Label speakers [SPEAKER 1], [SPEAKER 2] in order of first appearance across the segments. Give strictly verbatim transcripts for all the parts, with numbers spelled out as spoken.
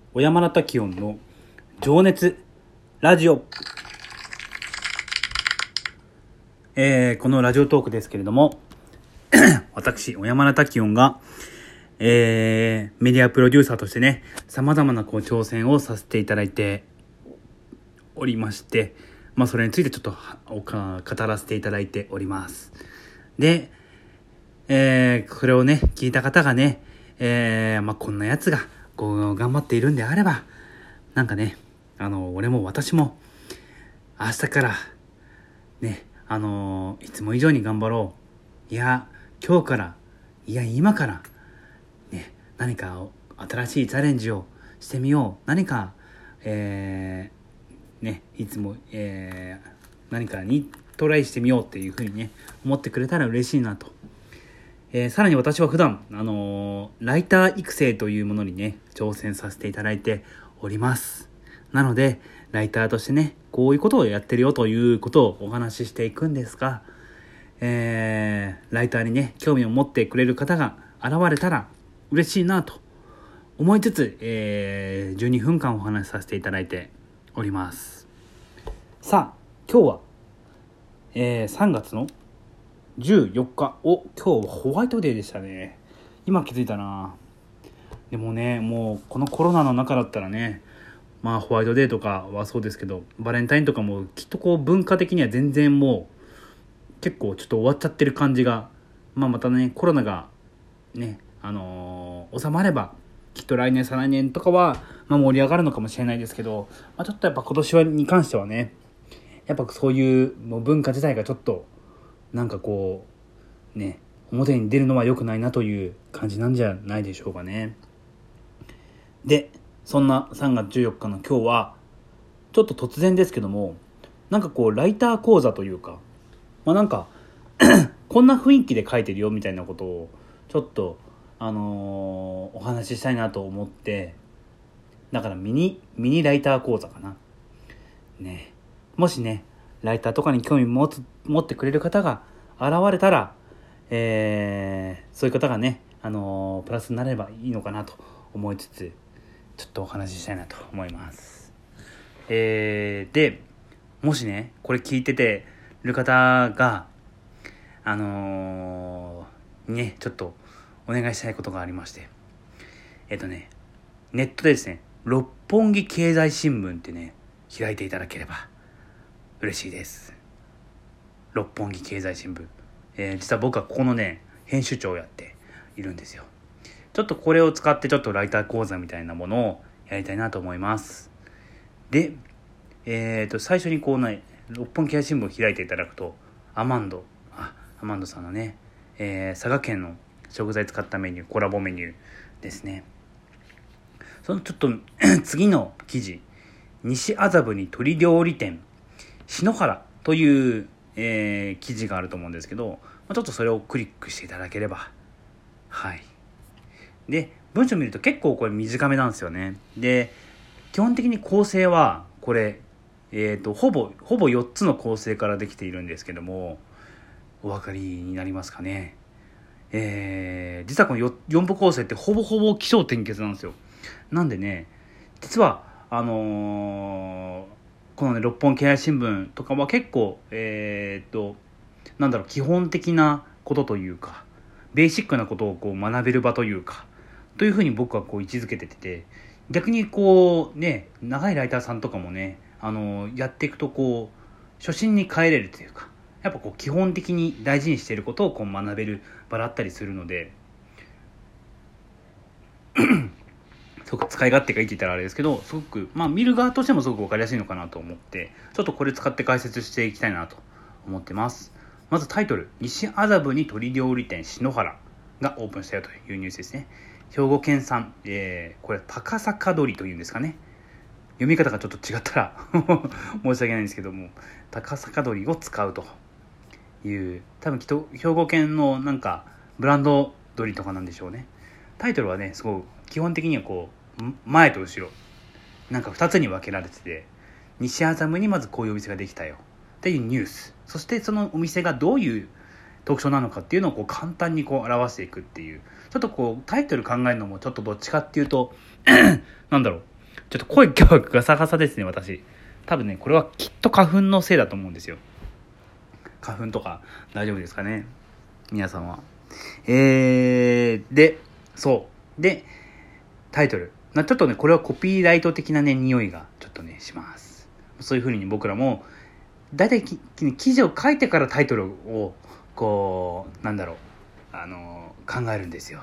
[SPEAKER 1] 小山田滝音の情熱ラジオ、えー、このラジオトークですけれども私小山田滝音が、えー、メディアプロデューサーとしてね、様々なこう挑戦をさせていただいておりまして、まあそれについてちょっとおか語らせていただいております。で、えー、これをね聞いた方がね、えー、まあこんなやつがこう頑張っているんであれば、なんかね、あの俺も私も明日からね、あのいつも以上に頑張ろう、いや今日から、いや今からね、何か新しいチャレンジをしてみよう、何か、えー、ねいつも、えー、何かにトライしてみようっていうふうにね思ってくれたら嬉しいなと。えー、さらに私は普段、あのー、ライター育成というものにね挑戦させていただいております。なのでライターとしてねこういうことをやってるよということをお話ししていくんですが、えー、ライターにね興味を持ってくれる方が現れたら嬉しいなと思いつつ、えー、じゅうにふんかんお話しさせていただいております。さあ今日は、えー、さんがつのじゅうよっか、お、今日ホワイトデーでしたね。今気づいたな。でもね、もうこのコロナの中だったらね、まあホワイトデーとかはそうですけど、バレンタインとかもきっとこう文化的には全然もう結構ちょっと終わっちゃってる感じが、まあまたね、コロナがね、あのー、収まればきっと来年再来年とかは、まあ、盛り上がるのかもしれないですけど、まあ、ちょっとやっぱ今年はに関してはね、やっぱそういうもう文化自体がちょっとなんかこうね表に出るのは良くないなという感じなんじゃないでしょうかね。で、そんなさんがつじゅうよっかの今日はちょっと突然ですけども、なんかこうライター講座というか、まあなんかこんな雰囲気で書いてるよみたいなことをちょっとあのー、お話ししたいなと思って、だからミニミニライター講座かなね。もしねライターとかに興味持つ持ってくれる方が現れたら、えー、そういう方がね、あのー、プラスになればいいのかなと思いつつ、ちょっとお話ししたいなと思います。えー、で、もしねこれ聞いててる方があのー、ねちょっとお願いしたいことがありまして、えっとねネットでですね、六本木経済新聞ってね開いていただければ嬉しいです。六本木経済新聞、えー、実は僕はここのね編集長をやっているんですよ。ちょっとこれを使ってちょっとライター講座みたいなものをやりたいなと思います。で、えーと最初にこうね六本木経済新聞を開いていただくと、アマンドあアマンドさんのね、えー、佐賀県の食材使ったメニュー、コラボメニューですね。そのちょっと次の記事、西麻布に鶏料理店篠原という、えー、記事があると思うんですけど、まあ、ちょっとそれをクリックしていただければ、はい。で、文章見ると結構これ短めなんですよね。で、基本的に構成はこれ、えーと、ほぼほぼよっつの構成からできているんですけども、お分かりになりますかね。えー、実はこの よんぶ構成ってほぼほぼ起承転結なんですよ。なんでね、実はあのーこのね六本木経済新聞とかは結構えー、っとなんだろう基本的なことというかベーシックなことをこう学べる場というかというふうに僕はこう位置づけてて、逆にこうね長いライターさんとかもね、あのー、やっていくとこう初心に帰れるというか、やっぱこう基本的に大事にしていることをこう学べる場だったりするので、すごく使い勝手がいいって言ったらあれですけど、すごくまあ見る側としてもすごく分かりやすいのかなと思って、ちょっとこれ使って解説していきたいなと思ってます。まずタイトル、西麻布に鶏料理店篠原がオープンしたよというニュースですね。兵庫県産、えー、これ高坂鶏というんですかね、読み方がちょっと違ったら申し訳ないんですけども、高坂鶏を使うという、多分きっと兵庫県のなんかブランド鶏とかなんでしょうね。タイトルはねすごい基本的にはこう前と後ろなんかふたつに分けられてて、西麻布にまずこういうお店ができたよっていうニュース、そしてそのお店がどういう特徴なのかっていうのをこう簡単にこう表していくっていう、ちょっとこうタイトル考えるのもちょっとどっちかっていうとなんだろうちょっと声今日はガサガサですね、私。多分ね、これはきっと花粉のせいだと思うんですよ。花粉とか大丈夫ですかね、皆さんは。えー、で、そう。で、タイトル。ちょっとね、これはコピーライト的なね、匂いがちょっとね、します。そういう風に僕らも、だいたい記事を書いてからタイトルを、こう、なんだろう、あの、考えるんですよ。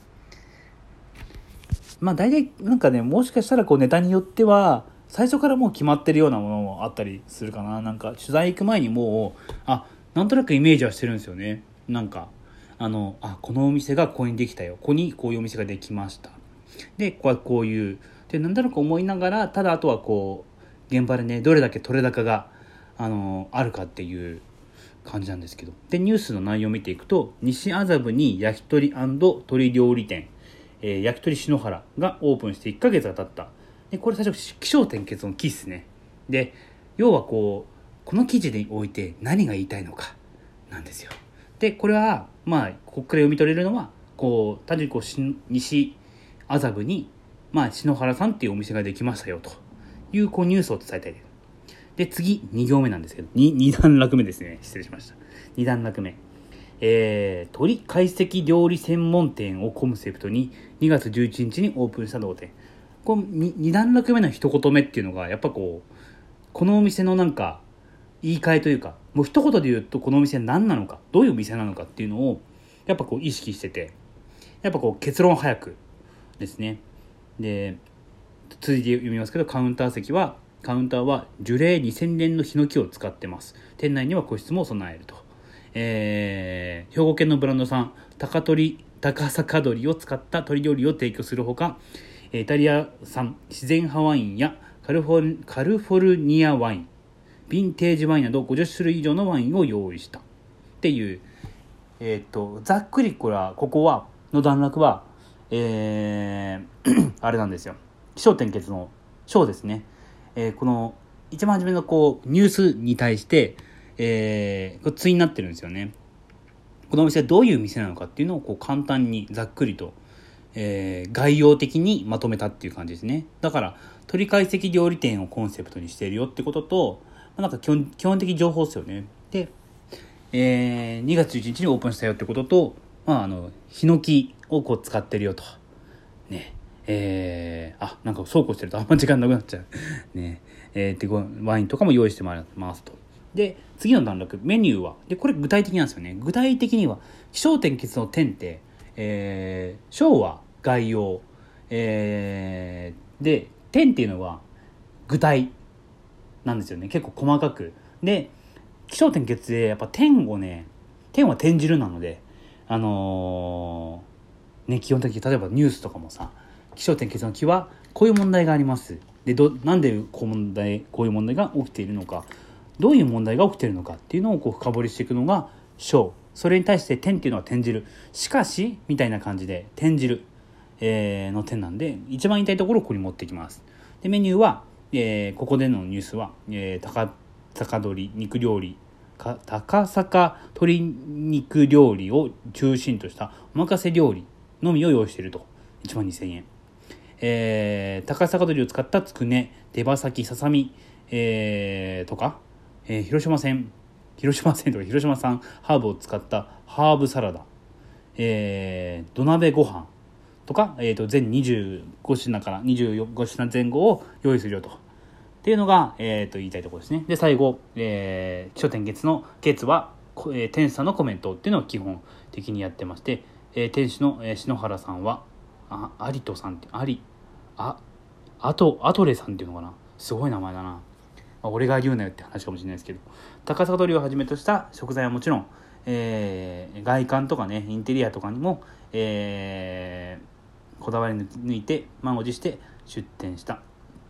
[SPEAKER 1] まあ大体なんかね、もしかしたらこうネタによっては最初からもう決まってるようなものもあったりするかな。なんか取材行く前にもうあなんとなくイメージはしてるんですよね。なんかあのあこのお店がここにできたよ、ここにこういうお店ができました、でここはこういうでなんとなく思いながら、ただあとはこう現場でねどれだけ取れ高があのあるかっていう感じなんですけど、でニュースの内容を見ていくと、西麻布に焼き鳥&鶏料理店、えー、焼き鳥篠原がオープンしていっかげつが経った。でこれ最初起承転結の記ですね。で要はこうこの記事において何が言いたいのかなんですよ。でこれはまあここから読み取れるのはこう単純にこう西麻布にまあ篠原さんっていうお店ができましたよというこうニュースを伝えたいです。で次に行目なんですけど 2, 2段落目ですね、失礼しました。に段落目、えー、鳥懐石料理専門店をコンセプトににがつじゅういちにちにオープンした同店。この 2, 2段落目の一言目っていうのがやっぱこうこのお店のなんか言い換えというか、もう一言で言うとこのお店何なのか、どういう店なのかっていうのをやっぱこう意識してて、やっぱこう結論早くですね。で続いて読みますけど、カウンター席はカウンターは樹齢にせんねんのヒノキを使ってます。店内には個室も備えると。えー、兵庫県のブランド産高鳥高坂鶏を使った鶏料理を提供するほか、イタリア産自然派ワインやカルフォル、カルフォルニアワイン、ヴィンテージワインなどごじゅっしゅるい以上のワインを用意したっていう、えー、っとざっくりこれはここはの段落は、えー、あれなんですよ。起承転結の章ですね。えー、この一番初めのこうニュースに対して、えー、これ対になってるんですよね。このお店はどういう店なのかっていうのをこう簡単にざっくりと、えー、概要的にまとめたっていう感じですね。だから鳥懐石料理店をコンセプトにしているよってことと、まあ、なんか基本、基本的情報ですよね。で、えー、にがつじゅういちにちにオープンしたよってことと、まあ、あのヒノキをこう使ってるよとね。えー、あなんかそうこうしてるとあんま時間なくなっちゃうね。えー、でワインとかも用意してもらいますと。で次の段落メニューはでこれ具体的なんですよね。具体的には起承転結の点って、えー、章は概要、えー、で点っていうのは具体なんですよね。結構細かくで起承転結でやっぱ点をね点は転じるなのであのー、ね基本的に例えばニュースとかもさ起承転結の起はこういう問題がありますでどなんでこう問題こういう問題が起きているのか、どういう問題が起きているのかっていうのをこう深掘りしていくのが章。それに対して点っていうのは転じる、しかしみたいな感じで転じる、えー、の点なんで一番言いたいところをここに持ってきます。でメニューは、えー、ここでのニュースは、えー、高坂鶏肉料理か高坂鶏肉料理を中心としたお任せ料理のみを用意していると。いちまんにせんえん、えー、高坂鶏を使ったつくね、手羽先、ささみ、えー、とか、えー、広島産広島産とか広島産ハーブを使ったハーブサラダ、えー、土鍋ご飯とか、えー、と全にじゅうご品からにじゅうご品前後を用意するよとっていうのが、えー、と言いたいところですね。で最後、えー、起承転結の結は、えー、店主さんのコメントっていうのを基本的にやってまして、えー、店主の、えー、篠原さんはあアリトさんってアリああとアトレさんっていうのかな、すごい名前だな、まあ、俺が言うなよって話かもしれないですけど、高坂鶏をはじめとした食材はもちろん、えー、外観とかねインテリアとかにも、えー、こだわり抜いて満を持して出店した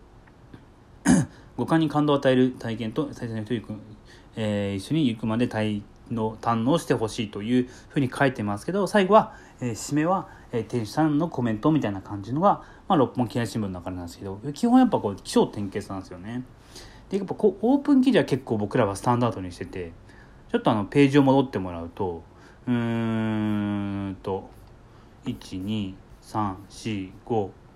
[SPEAKER 1] 五感に感動を与える体験と最初の人行く、えー、一緒に行くまで体の堪能してほしいというふうに書いてますけど、最後は、えー、締めは、えー、店主さんのコメントみたいな感じのが、まあ、六本木経済新聞の中なんですけど、基本やっぱこう起承転結なんですよね。でやっぱこうオープン記事は結構僕らはスタンダードにしてて、ちょっとあのページを戻ってもらうとうーんといちにさんしご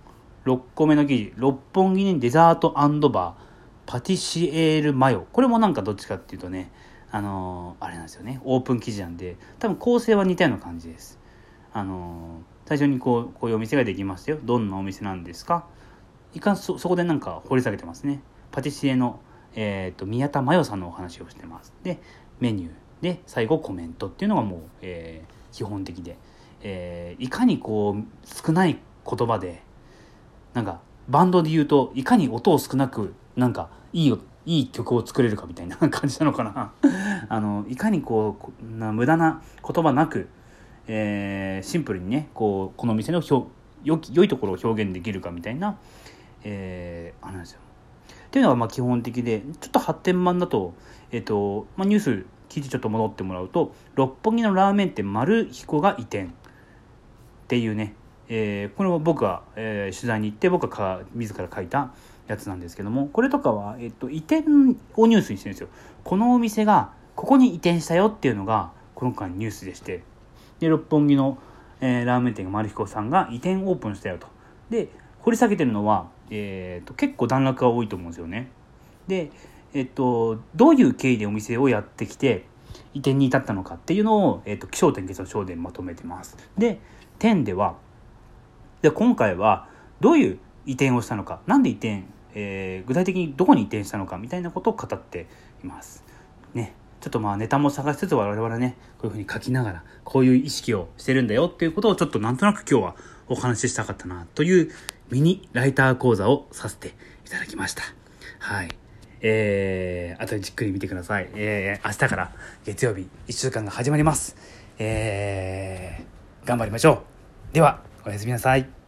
[SPEAKER 1] ろっこめの記事、六本木にデザート&バー、パティシエールマヨ。これもなんかどっちかっていうとね、あのー、あれなんですよね。オープン記事なんで、多分構成は似たような感じです。あのー、最初にこう、こういうお店ができましたよ。どんなお店なんですか？いかんそ、そこでなんか掘り下げてますね。パティシエの、えっと、宮田真代さんのお話をしてます。で、メニューで、最後コメントっていうのがもう、えー、基本的で、えー、いかにこう、少ない言葉で、なんか、バンドで言うと、いかに音を少なく、なんか、いい、いい曲を作れるかみたいな感じなのかな。あの、いかにこう、な無駄な言葉なく、えー、シンプルにね、こう、この店の表、良き、良いところを表現できるかみたいな、えー、あれなんですよ。っていうのがまあ基本的で、ちょっと発展版だと、えっと、まあ、ニュース記事ちょっと戻ってもらうと、六本木のラーメン店丸彦が移転っていうね、えー、これも僕が、えー、取材に行って僕がか自ら書いたやつなんですけども、これとかは、えっと、移転をニュースにしてるんですよ。このお店がここに移転したよっていうのが今回のニュースでして、で六本木の、えー、ラーメン店が丸彦さんが移転オープンしたよと。で掘り下げてるのは、えー、と結構段落が多いと思うんですよね。で、えっと、どういう経緯でお店をやってきて移転に至ったのかっていうのを、えっと、起承転結の章でまとめてます。で、点ではで今回はどういう移転をしたのか、なんで移転、えー、具体的にどこに移転したのかみたいなことを語っていますね。ちょっとまあネタも探しつつ我々はね、こういうふうに書きながらこういう意識をしてるんだよっていうことをちょっとなんとなく今日はお話ししたかったなというミニライター講座をさせていただきました。はい。えー、あとでじっくり見てください。えー、明日から月曜日いっしゅうかんが始まります。えー、頑張りましょう。では、おやすみなさい。